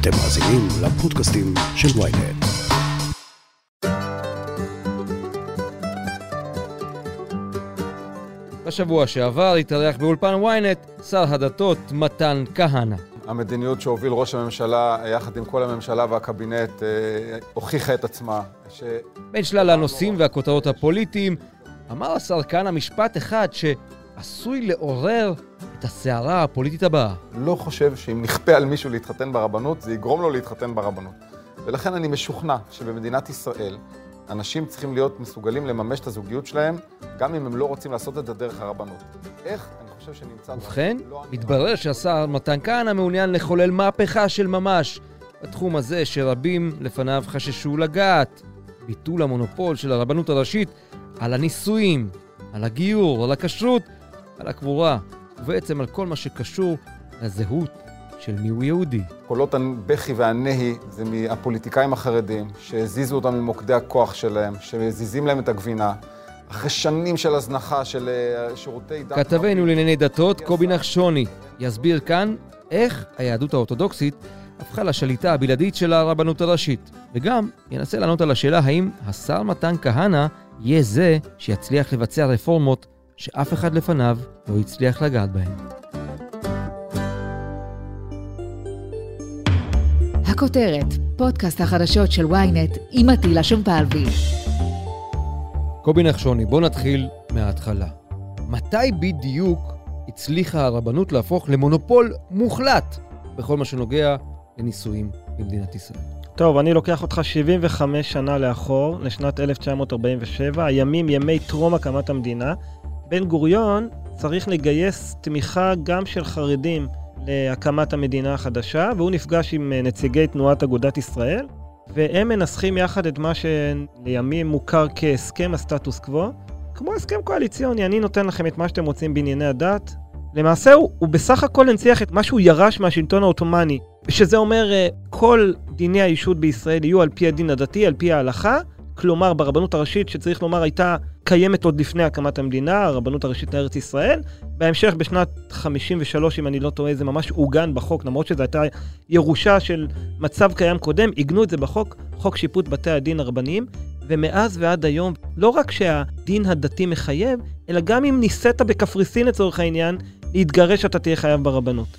אתם מאזינים לפודקאסטים של ynet. בשבוע שעבר התארח באולפן ynet שר הדתות מתן כהנא. המדיניות שהוביל ראש הממשלה יחד עם כל הממשלה והקבינט הוכיחה את עצמה. בין שלל הנושאים והכותרות הפוליטיים, אמר השר כהנא משפט אחד שעשוי לעורר את הסערה הפוליטית הבאה. לא חושב שאם נכפה על מישהו להתחתן ברבנות, זה יגרום לו להתחתן ברבנות. ולכן אני משוכנע שבמדינת ישראל אנשים צריכים להיות מסוגלים לממש את הזוגיות שלהם, גם אם הם לא רוצים לעשות את זה דרך הרבנות. איך? אני חושב שנמצא... ובכן, מתברר שהשר מתן כהנא מעוניין לחולל מהפכה של ממש בתחום הזה שרבים לפניו חששו לגעת. ביטול המונופול של הרבנות הראשית על הנישואים, על הגיור, על הכשרות, על הקבורה, ובעצם על כל מה שקשור לזהות של מיהו יהודי. קולות הבכי והנהי זה מהפוליטיקאים החרדים, שהזיזו אותם ממוקדי הכוח שלהם, שהזיזים להם את הגבינה, אחרי שנים של הזנחה של שירותי דת. כתבנו לענייני דתות, קובי נחשוני, יסביר כאן איך היהדות האורתודוקסית הפכה לשליטה הבלעדית של הרבנות הראשית, וגם ינסה לענות על השאלה האם השר מתן כהנא יהיה זה שיצליח לבצע רפורמות שאף אחד לפניו לא הצליח לגעת בהן. הכותרת, פודקאסט החדשות של ynet עם עטילה שומפלבי. קובי נחשוני, בוא נתחיל מההתחלה. מתי בדיוק הצליחה הרבנות להפוך למונופול מוחלט בכל מה שנוגע לנישואים במדינת ישראל? טוב, אני לוקח אותך 75 שנה לאחור, לשנת 1947, הימים ימי טרום הקמת המדינה. בן גוריון צריך לגייס תמיכה גם של חרדים להקמת המדינה החדשה, והוא נפגש עם נציגי תנועת אגודת ישראל, והם מנסחים יחד את מה שלימים מוכר כהסכם הסטטוס קוו, כמו הסכם קואליציוני, אני נותן לכם את מה שאתם רוצים בענייני הדת. למעשה הוא בסך הכל הנציח את מה שהוא ירש מהשלטון העות'מאני, שזה אומר כל דיני האישות בישראל יהיו על פי הדין הדתי, על פי ההלכה, כלומר ברבנות הראשית שצריך לומר הייתה קיימת עוד לפני הקמת המדינה, הרבנות הראשית לארץ ישראל. בהמשך בשנת 53, אם אני לא טועה, זה ממש עוגן בחוק, למרות שזו הייתה ירושה של מצב קיים קודם, עיגנו את זה בחוק, חוק שיפוט בתי הדין הרבניים, ומאז ועד היום, לא רק שהדין הדתי מחייב, אלא גם אם ניסית בקפריסין לצורך העניין, להתגרש אתה תהיה חייב ברבנות.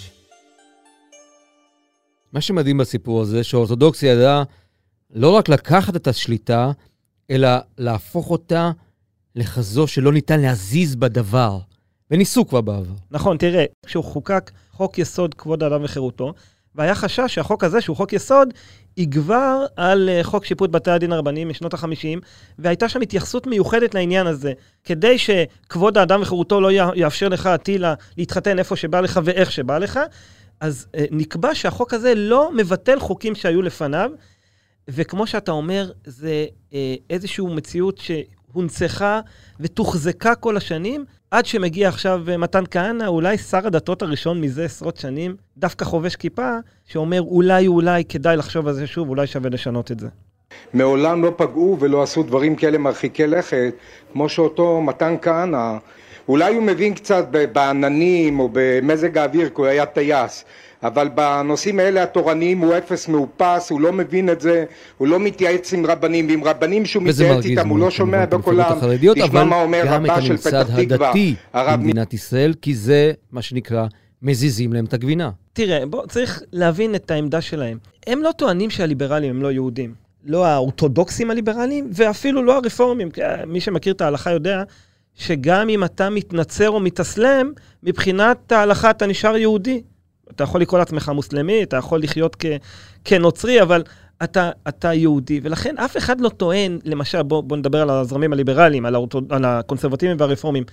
מה שמדהים בסיפור הזה, שהאורתודוקסיה ידעה לא רק לקחת את השליטה, אלא להפוך אותה לכזו שלא ניתן להזיז בדבר. וניסו כבר בעבר. נכון, תראה, כשהוא חוקק חוק יסוד כבוד האדם וחירותו, והיה חשש שהחוק הזה, שהוא חוק יסוד, יגבר על חוק שיפוט בתי הדין הרבניים משנות ה-50, והייתה שם התייחסות מיוחדת לעניין הזה, כדי שכבוד האדם וחירותו לא יאפשר לך עטילה להתחתן איפה שבא לך ואיך שבא לך, אז נקבע שהחוק הזה לא מבטל חוקים שהיו לפניו, וכמו שאתה אומר, זה איזושהי מציאות שהונצחה ותוחזקה כל השנים, עד שמגיע עכשיו מתן כהנא, אולי שר הדתות הראשון מזה עשרות שנים, דווקא חובש כיפה, שאומר אולי כדאי לחשוב על זה שוב, אולי שווה לשנות את זה. מעולם לא פגעו ולא עשו דברים כאלה מרחיקי לכת, כמו שאותו מתן כהנא, אולי הוא מבין קצת בעננים או במזג האוויר, כי הוא היה טייס, אבל בנושאים האלה התורניים הוא אפס מאופס, הוא לא מבין את זה, הוא לא מתייעץ עם רבנים, ועם רבנים שהוא מתייעץ איתם, הוא לא שומע בקולם, תשמע מה אומר רבה של פתח תקווה. במדינת ישראל, כי זה מה שנקרא, מזיזים להם את הגבינה. תראה, צריך להבין את העמדה שלהם. הם לא טוענים שהליברלים הם לא יהודים. לא האורתודוקסים הליברלים, ואפילו לא הרפורמים. מי שמכיר את ההלכה יודע שגם אם אתה מתנצר או מתאסלם, מבחינת ההלכה אתה נשאר יהודי. אתה יכול לקרוא לעצמך מוסלמי, אתה יכול לחיות כנוצרי, אבל אתה יהודי. ולכן אף אחד לא טוען, למשל, בוא נדבר על הזרמים הליברליים, על הקונסרבטיבים והרפורמים.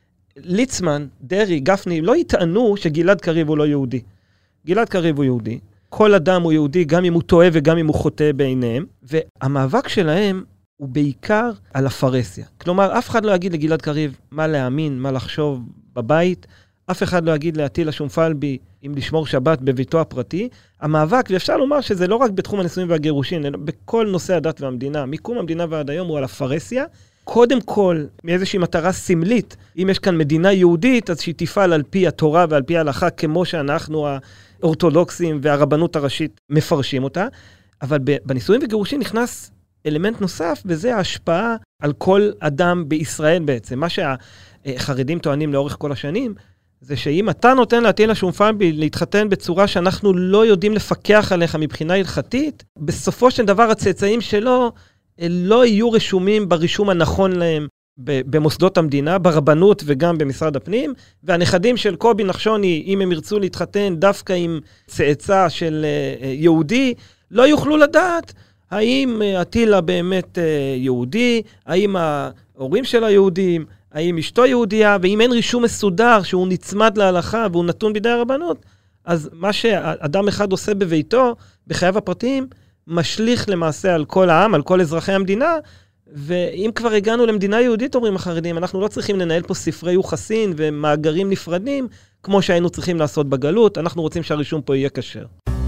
ליצמן, דרי, גפני, לא יטענו שגלעד קריב הוא לא יהודי. גלעד קריב הוא יהודי. כל אדם הוא יהודי, גם אם הוא טועה וגם אם הוא חוטא בעיניהם. והמאבק שלהם הוא בעיקר על הפרסיה. כלומר, אף אחד לא יגיד לגלעד קריב מה להאמין, מה לחשוב בבית. אף אחד לא יגיד לעטילה שומפלבי אם לשמור שבת בביתו הפרטי. המאבק, ואפשר לומר שזה לא רק בתחום הנישואים והגירושין, אלא בכל נושא הדת והמדינה, מקום המדינה ועד היום הוא על הפרסיה, קודם כל, מאיזושהי מטרה סמלית, אם יש כאן מדינה יהודית, אז שהיא תפעל על פי התורה ועל פי ההלכה, כמו שאנחנו האורתודוקסים והרבנות הראשית מפרשים אותה, אבל בנישואים וגירושים נכנס אלמנט נוסף, וזה ההשפעה על כל אדם בישראל בעצם. מה שהחרדים טוענים לאורך כל השנים, זה שאם אתה נותן להטיל לשומפן להתחתן בצורה שאנחנו לא יודעים לפקח עליך מבחינה הלכתית, בסופו של דבר הצאצאים שלו לא יהיו רשומים ברישום הנכון להם במוסדות המדינה, ברבנות וגם במשרד הפנים, והנכדים של קובי נחשוני, אם הם ירצו להתחתן דווקא עם צאצא של יהודי, לא יוכלו לדעת האם אטילה באמת יהודי, האם ההורים של היהודים, האם אשתו יהודייה, ואם אין רישום מסודר שהוא נצמד להלכה והוא נתון בידי הרבנות, אז מה שאדם אחד עושה בביתו, בחייו הפרטיים, משליך למעשה על כל העם, על כל אזרחי המדינה, ואם כבר הגענו למדינה יהודית, אומרים החרדים, אנחנו לא צריכים לנהל פה ספרי יוחסין ומאגרים נפרדים, כמו שהיינו צריכים לעשות בגלות, אנחנו רוצים שהרישום פה יהיה כשר.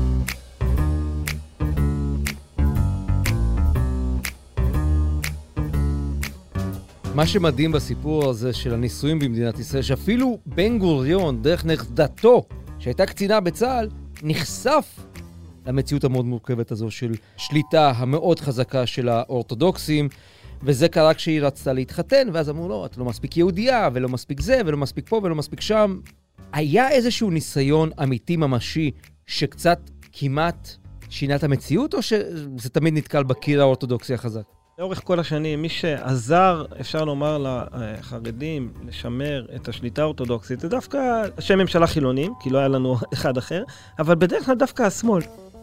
מה שמדהים בסיפור הזה של הנישואים במדינת ישראל, שאפילו בן גוריון, דרך נכדתו, שהייתה קצינה בצה"ל, נחשף למציאות המאוד מורכבת הזו של שליטה המאוד חזקה של האורתודוקסים, וזה קרה כשהיא רצתה להתחתן, ואז אמרו לו, את לא מספיק יהודייה, ולא מספיק זה, ולא מספיק פה, ולא מספיק שם. היה איזשהו ניסיון אמיתי ממשי, שקצת כמעט שינה את המציאות, או שזה תמיד נתקל בקיר האורתודוקסי החזק? לאורך כל השנים, מי שעזר, אפשר לומר לחרדים, לשמר את השליטה האורתודוקסית, זה דווקא השם ממשלה חילונים, כי לא היה לנו אחד אחר, אבל בדרך כלל דווקא השמאל.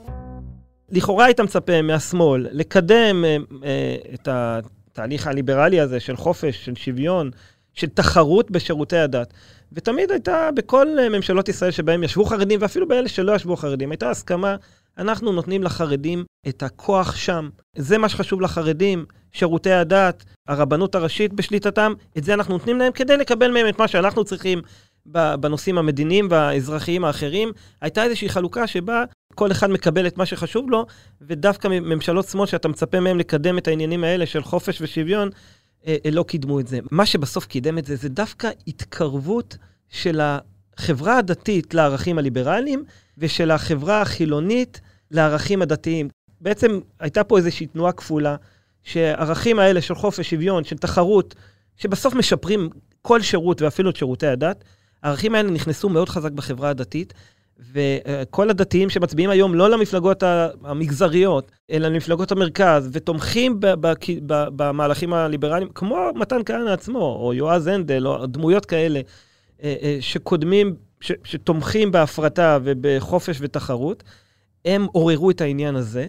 לכאורה היית מצפה מהשמאל לקדם את התהליך הליברלי הזה של חופש, של שוויון, של תחרות בשירותי הדת. ותמיד הייתה בכל ממשלות ישראל שבהם ישבו חרדים, ואפילו באלה שלא ישבו חרדים, הייתה הסכמה, אנחנו נותנים לחרדים את הכוח שם. זה מה שחשוב לחרדים, שירותי הדת, הרבנות הראשית בשליטתם, את זה אנחנו נותנים להם כדי לקבל מהם את מה שאנחנו צריכים בנושאים המדיניים והאזרחיים האחרים. הייתה איזושהי חלוקה שבה כל אחד מקבל את מה שחשוב לו, ודווקא ממשלות שמאל שאתה מצפה מהם לקדם את העניינים האלה של חופש ושוויון, לא קידמו את זה. מה שבסוף קידם את זה, זה דווקא התקרבות של החברה הדתית לערכים הליברליים, ושל החברה החילונית לערכים הדתיים. בעצם הייתה פה איזושהי תנועה כפולה, שהערכים האלה של חופש, שוויון, של תחרות, שבסוף משפרים כל שירות ואפילו את שירותי הדת, הערכים האלה נכנסו מאוד חזק בחברה הדתית, וכל הדתיים שמצביעים היום לא למפלגות המגזריות, אלא למפלגות המרכז, ותומכים במהלכים הליברליים, כמו מתן כהנא עצמו, או יועז הנדל, או דמויות כאלה, שקודמים, שתומכים בהפרטה ובחופש ותחרות, הם עוררו את העניין הזה,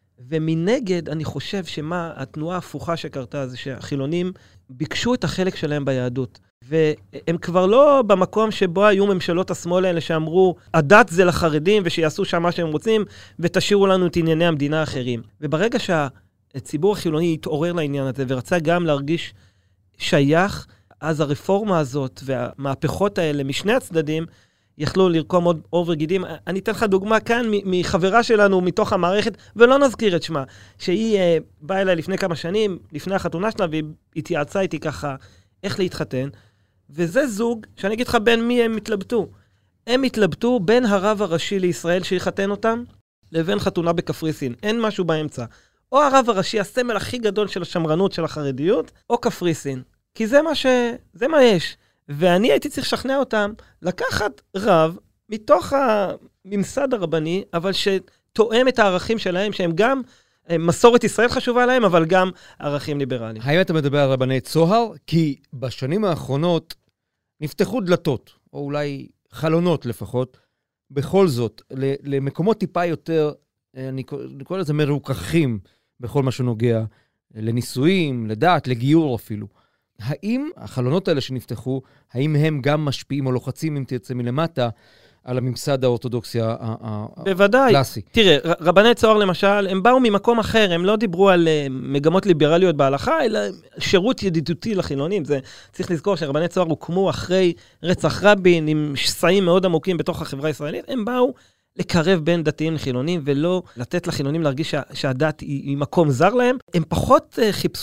ומנגד אני חושב שמה התנועה ההפוכה שקרתה זה שהחילונים ביקשו את החלק שלהם ביהדות, והם כבר לא במקום שבו היו ממשלות השמאל האלה שאמרו, הדת זה לחרדים ושיעשו שם מה שהם רוצים, ותשאירו לנו את ענייני המדינה האחרים. וברגע שהציבור החילוני התעורר לעניין הזה ורצה גם להרגיש שייך, אז הרפורמה הזאת והמהפכות האלה משני הצדדים יכלו לרקום עוד עור וגידים. אני אתן לך דוגמה כאן מחברה שלנו מתוך המערכת, ולא נזכיר את שמה, שהיא באה אליי לפני כמה שנים, לפני החתונה שלה, והיא התייעצה איתי ככה איך להתחתן, וזה זוג שאני אגיד לך בין מי הם התלבטו. הם התלבטו בין הרב הראשי לישראל שיחתן אותם, לבין חתונה בקפריסין. אין משהו באמצע. או הרב הראשי, הסמל הכי גדול של השמרנות של החרדיות, או קפריסין. כי זה מה יש. ואני הייתי צריך לשכנע אותם לקחת רב מתוך הממסד הרבני, אבל שתואם את הערכים שלהם, שהם גם מסורת ישראל חשובה להם, אבל גם ערכים ליברליים. האם אתה מדבר על רבני צוהר? כי בשנים האחרונות נפתחו דלתות, או אולי חלונות לפחות, בכל זאת, למקומות טיפה יותר, אני קורא לזה מרוככים, בכל מה שנוגע לנישואים, לדת, לגיור אפילו. האם החלונות האלה שנפתחו, האם הם גם משפיעים או לוחצים, אם תרצה מלמטה, על הממסד האורתודוקסי הקלאסי? בוודאי. תראה, רבני צוהר למשל, הם באו ממקום אחר, הם לא דיברו על מגמות ליברליות בהלכה, אלא שירות ידידותי לחילונים. זה צריך לזכור שרבני צוהר הוקמו אחרי רצח רבין, עם שסעים מאוד עמוקים בתוך החברה הישראלית, הם באו לקרב בין דתיים לחילונים, ולא לתת לחילונים להרגיש שהדת היא מקום זר להם. הם פחות חיפשו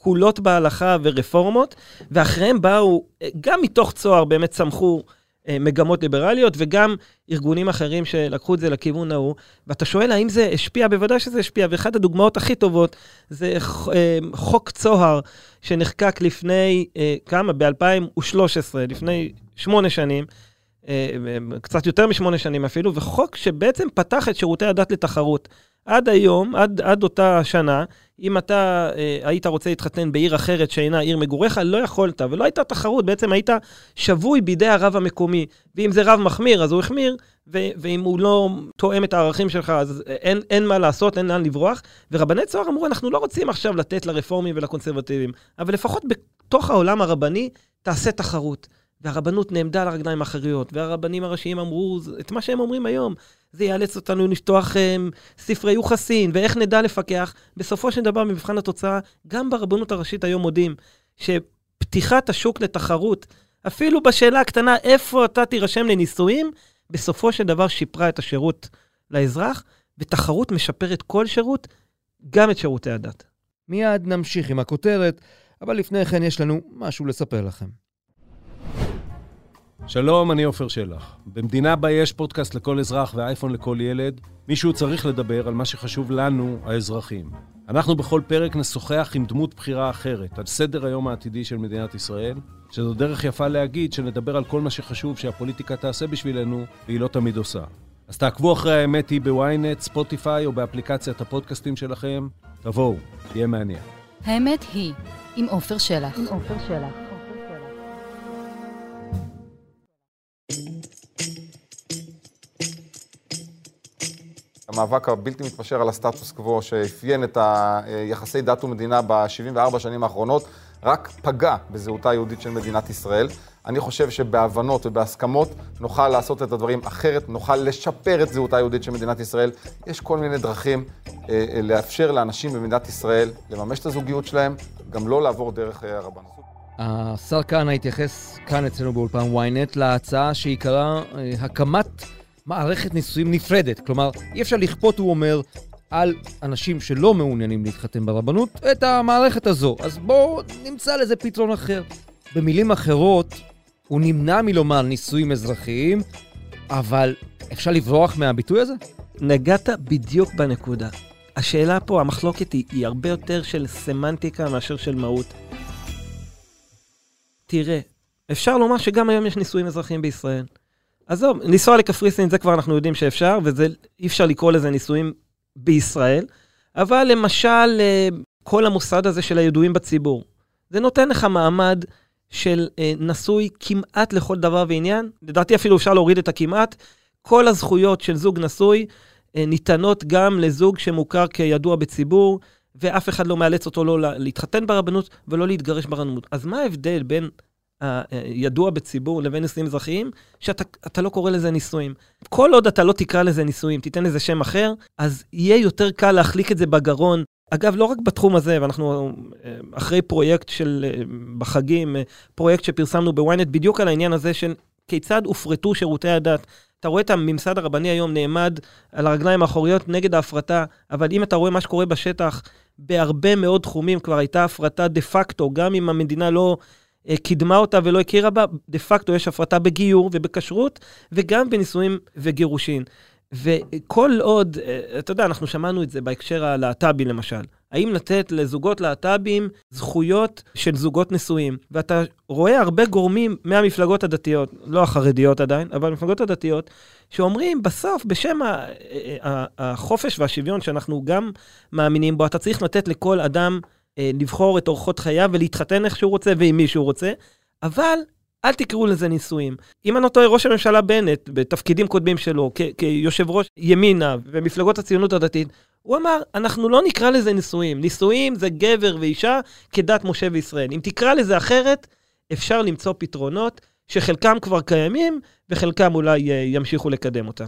קולות בהלכה ורפורמות, ואחריהם באו, גם מתוך צוהר באמת צמחו מגמות ליברליות, וגם ארגונים אחרים שלקחו את זה לכיוון ההוא, ואתה שואל האם זה השפיע, בוודאי שזה השפיע, ואחת הדוגמאות הכי טובות, זה חוק צוהר, שנחקק לפני, כמה? ב-2013, לפני 8 שנים, קצת יותר מ8 שנים אפילו, וחוק שבעצם פתח את שירותי הדת לתחרות. עד היום, עד אותה שנה, אם אתה היית רוצה להתחתן בעיר אחרת שאינה עיר מגוריך, לא יכולת, ולא הייתה תחרות, בעצם היית שבוי בידי הרב המקומי, ואם זה רב מחמיר, אז הוא החמיר, ואם הוא לא תואם את הערכים שלך, אז אין מה לעשות, אין לאן לברוח, ורבני צוהר אמרו, אנחנו לא רוצים עכשיו לתת לרפורמים ולקונסרבטיבים, אבל לפחות בתוך העולם הרבני, תעשה תחרות. והרבנות נעמדה על הרגליים האחריות, והרבנים הראשיים אמרו את מה שהם אומרים היום, זה יאלץ אותנו לשטוח ספרי יוחסין, ואיך נדע לפקח. בסופו של דבר, במבחן התוצאה, גם ברבנות הראשית היום מודים, שפתיחת השוק לתחרות, אפילו בשאלה הקטנה, איפה אתה תירשם לניסויים, בסופו של דבר שיפרה את השירות לאזרח, ותחרות משפרת כל שירות, גם את שירותי הדת. מיד נמשיך עם הכותרת, אבל לפני כן יש לנו משהו לספר לכם. שלום, אני עופר שלח. במדינה בה יש פודקאסט לכל אזרח ואייפון לכל ילד, מישהו צריך לדבר על מה שחשוב לנו, האזרחים. אנחנו בכל פרק נשוחח עם דמות בחירה אחרת, על סדר היום העתידי של מדינת ישראל, שזו דרך יפה להגיד שנדבר על כל מה שחשוב שהפוליטיקה תעשה בשבילנו, והיא לא תמיד עושה. אז תעקבו אחרי האמת היא בוויינט, ספוטיפיי או באפליקציית הפודקאסטים שלכם. תבואו, תהיה מעניין. האמת היא, עם עופר שלח. המאבק הבלתי מתפשר על הסטטוס קוו שאפיין את היחסי דת ומדינה ב-74 שנים האחרונות, רק פגע בזהותה היהודית של מדינת ישראל. אני חושב שבהבנות ובהסכמות נוכל לעשות את הדברים אחרת, נוכל לשפר את זהותה היהודית של מדינת ישראל. יש כל מיני דרכים לאפשר לאנשים במדינת ישראל לממש את הזוגיות שלהם, גם לא לעבור דרך הרבנות. השר כהנא התייחס כאן אצלנו באולפן ynet להצעה שעיקרה הקמת מערכת נישואים נפרדת. כלומר, אי אפשר לכפות, הוא אומר, על אנשים שלא מעוניינים להתחתן ברבנות את המערכת הזו. אז בואו נמצא לזה פתרון אחר. במילים אחרות, הוא נמנע מלומר נישואים אזרחיים, אבל אפשר לברוח מהביטוי הזה? נגעת בדיוק בנקודה. השאלה פה, המחלוקת היא הרבה יותר של סמנטיקה מאשר של מהות. תראה, אפשר לומר שגם היום יש נישואים אזרחיים בישראל. עזוב, לנסוע לקפריסין, זה כבר אנחנו יודעים שאפשר, ואי אפשר לקרוא לזה נישואים בישראל, אבל למשל, כל המוסד הזה של הידועים בציבור, זה נותן לך מעמד של נשוי כמעט לכל דבר ועניין, לדעתי אפילו אפשר להוריד את הכמעט, כל הזכויות של זוג נשוי ניתנות גם לזוג שמוכר כידוע בציבור, ואף אחד לא מאלץ אותו לא להתחתן ברבנות ולא להתגרש ברבנות. אז מה ההבדל בין ידוע בציבור לבין נישואים אזרחיים, שאתה לא קורא לזה נישואים. כל עוד אתה לא תקרא לזה נישואים, תיתן לזה שם אחר, אז יהיה יותר קל להחליק את זה בגרון. אגב, לא רק בתחום הזה, ואנחנו אחרי פרויקט בחגים, פרויקט שפרסמנו בוויינט, בדיוק על העניין הזה של כיצד הופרטו שירותי הדת. אתה רואה את הממסד הרבני היום נעמד על הרגליים האחוריות נגד ההפרטה, אבל אם אתה רואה מה שקורה בשטח, בהרבה מאוד תחומים כבר הייתה הפרטה דה פקטו, גם אם המדינה לא קידמה אותה ולא הכירה בה, דה פקטו יש הפרטה בגיור ובכשרות, וגם בנישואים וגירושין. וכל עוד, אתה יודע, אנחנו שמענו את זה בהקשר הלהט"בי למשל, האם לתת לזוגות להט"בים זכויות של זוגות נשואים, ואתה רואה הרבה גורמים מהמפלגות הדתיות, לא החרדיות עדיין, אבל המפלגות הדתיות, שאומרים בסוף, בשם החופש והשוויון שאנחנו גם מאמינים בו, אתה צריך לתת לכל אדם לבחור את אורחות חייו ולהתחתן איך שהוא רוצה ועם מי שהוא רוצה, אבל אל תקראו לזה נישואים. אם אני לא טועה, ראש הממשלה בנט, בתפקידים קודמים שלו, כיושב ראש ימינה ומפלגות הציונות הדתית, הוא אמר, אנחנו לא נקרא לזה נישואים. נישואים זה גבר ואישה כדת משה וישראל. אם תקרא לזה אחרת, אפשר למצוא פתרונות שחלקם כבר קיימים, וחלקם אולי ימשיכו לקדם אותם.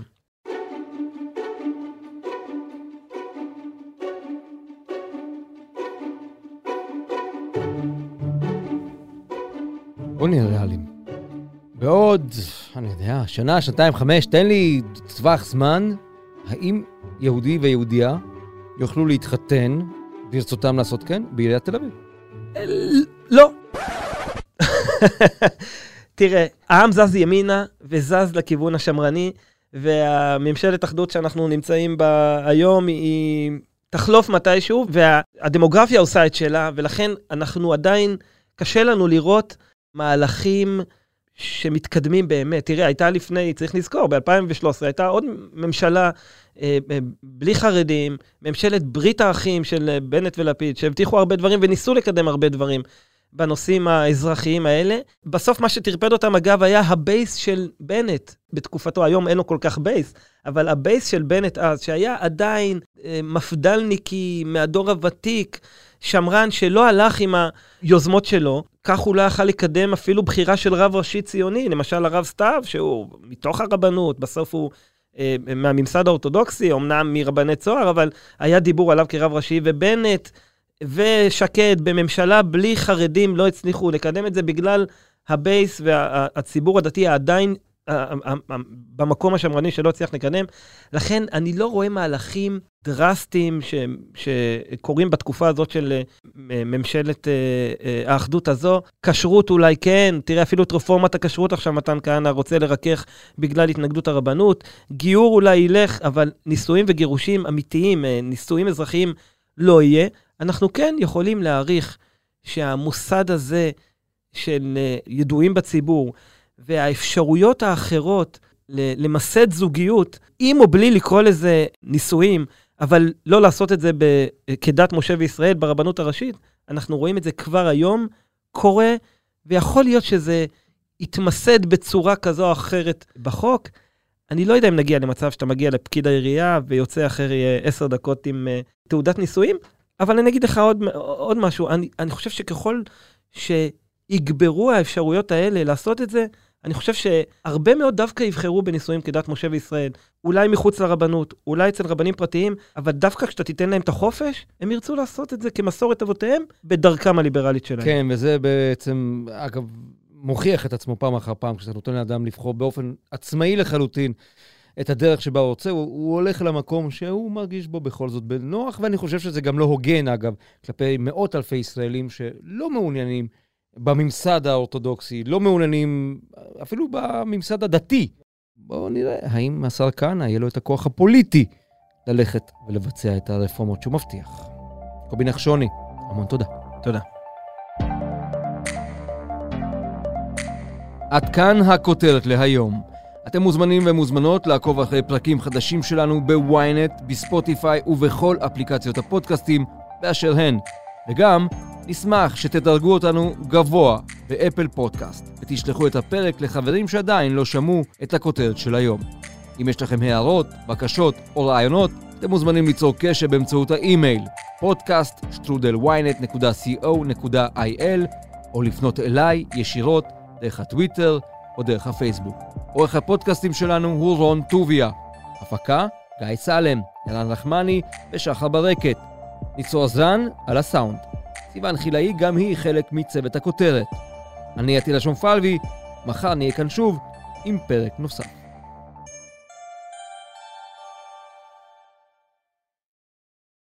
בוא נהיה ריאליים. בעוד, אני יודע, שנה, שנתיים, 5, תן לי טווח זמן, האם יהודי ויהודייה יוכלו להתחתן ברצותם לעשות כן בעיריית תל אביב? לא. תראה, העם זז ימינה וזז לכיוון השמרני, והממשלת אחדות שאנחנו נמצאים בה היום היא תחלוף מתישהו, והדמוגרפיה עושה את שלה, ולכן אנחנו עדיין, קשה לנו לראות מהלכים שמתקדמים באמת. תראה, הייתה לפני, צריך לזכור, ב-2013 הייתה עוד ממשלה בלי חרדים, ממשלת ברית האחים של בנט ולפיד, שהבטיחו הרבה דברים וניסו לקדם הרבה דברים בנושאים האזרחיים האלה. בסוף מה שתרפד אותם, אגב, היה הבייס של בנט בתקופתו. היום אין לו כל כך בייס, אבל הבייס של בנט אז, שהיה עדיין מפדלניקי מהדור הוותיק, שמרן שלא הלך עם היוזמות שלו, כך הוא לא יכל לקדם אפילו בחירה של רב ראשי ציוני, למשל הרב סתיו, שהוא מתוך הרבנות, בסוף הוא מהממסד האורתודוקסי, אמנם מרבני צוהר, אבל היה דיבור עליו כרב ראשי, ובנט ושקד בממשלה בלי חרדים לא הצליחו לקדם את זה, בגלל הבייס והציבור הדתי עדיין במקום השמרני שלא הצליח לקדם. לכן אני לא רואה מהלכים דרסטיים שקורים בתקופה הזאת של ממשלת האחדות הזו. כשרות אולי כן, תראה אפילו את רפורמת הכשרות עכשיו מתן כהנא רוצה לרכך בגלל התנגדות הרבנות. גיור אולי ילך, אבל נישואים וגירושים אמיתיים, נישואים אזרחיים לא יהיה. אנחנו כן יכולים להעריך שהמוסד הזה של ידועים בציבור, והאפשרויות האחרות למסד זוגיות, עם או בלי לקרוא לזה נישואים, אבל לא לעשות את זה כדת משה וישראל ברבנות הראשית, אנחנו רואים את זה כבר היום קורה, ויכול להיות שזה יתמסד בצורה כזו או אחרת בחוק. אני לא יודע אם נגיע למצב שאתה מגיע לפקיד העירייה, ויוצא אחרי 10 דקות עם תעודת נישואים, אבל אני אגיד לך עוד משהו. אני חושב שככל שיגברו האפשרויות האלה לעשות את זה, אני חושב שהרבה מאוד דווקא יבחרו בנישואים כדת משה וישראל, אולי מחוץ לרבנות, אולי אצל רבנים פרטיים, אבל דווקא כשאתה תיתן להם את החופש, הם ירצו לעשות את זה כמסורת אבותיהם, בדרכם הליברלית שלהם. כן, וזה בעצם, אגב, מוכיח את עצמו פעם אחר פעם, כשאתה נותן לאדם לבחור באופן עצמאי לחלוטין את הדרך שבה הוא רוצה, הוא הולך למקום שהוא מרגיש בו בכל זאת בנוח, ואני חושב שזה גם לא הוגן, אגב, כלפי מאות אלפי ישראלים שלא מעוניינים בממסד האורתודוקסי, לא מעוניינים אפילו בממסד הדתי. בואו נראה, האם השר כהנא יהיה לו את הכוח הפוליטי ללכת ולבצע את הרפורמות שהוא מבטיח. קובי נחשוני, המון תודה. תודה. עד כאן הכותרת להיום. אתם מוזמנים ומוזמנות לעקוב אחרי פרקים חדשים שלנו בוויינט, בספוטיפיי ובכל אפליקציות הפודקאסטים באשר הן. וגם נשמח שתדרגו אותנו גבוה באפל פודקאסט ותשלחו את הפרק לחברים שעדיין לא שמעו את הכותרת של היום. אם יש לכם הערות, בקשות או רעיונות, אתם מוזמנים ליצור קשר באמצעות האימייל podcast@ynet.co.il או לפנות אליי ישירות דרך הטוויטר או דרך הפייסבוק. עורך הפודקאסטים שלנו הוא רון טוביה. הפקה, גיא סלם, ילן רחמני ושחר ברקת. ניצור עזרן על הסאונד. סיוון חילאי גם היא חלק מצוות הכותרת. אני עטילה שומפלבי, מחר נהיה כאן שוב עם פרק נוסף.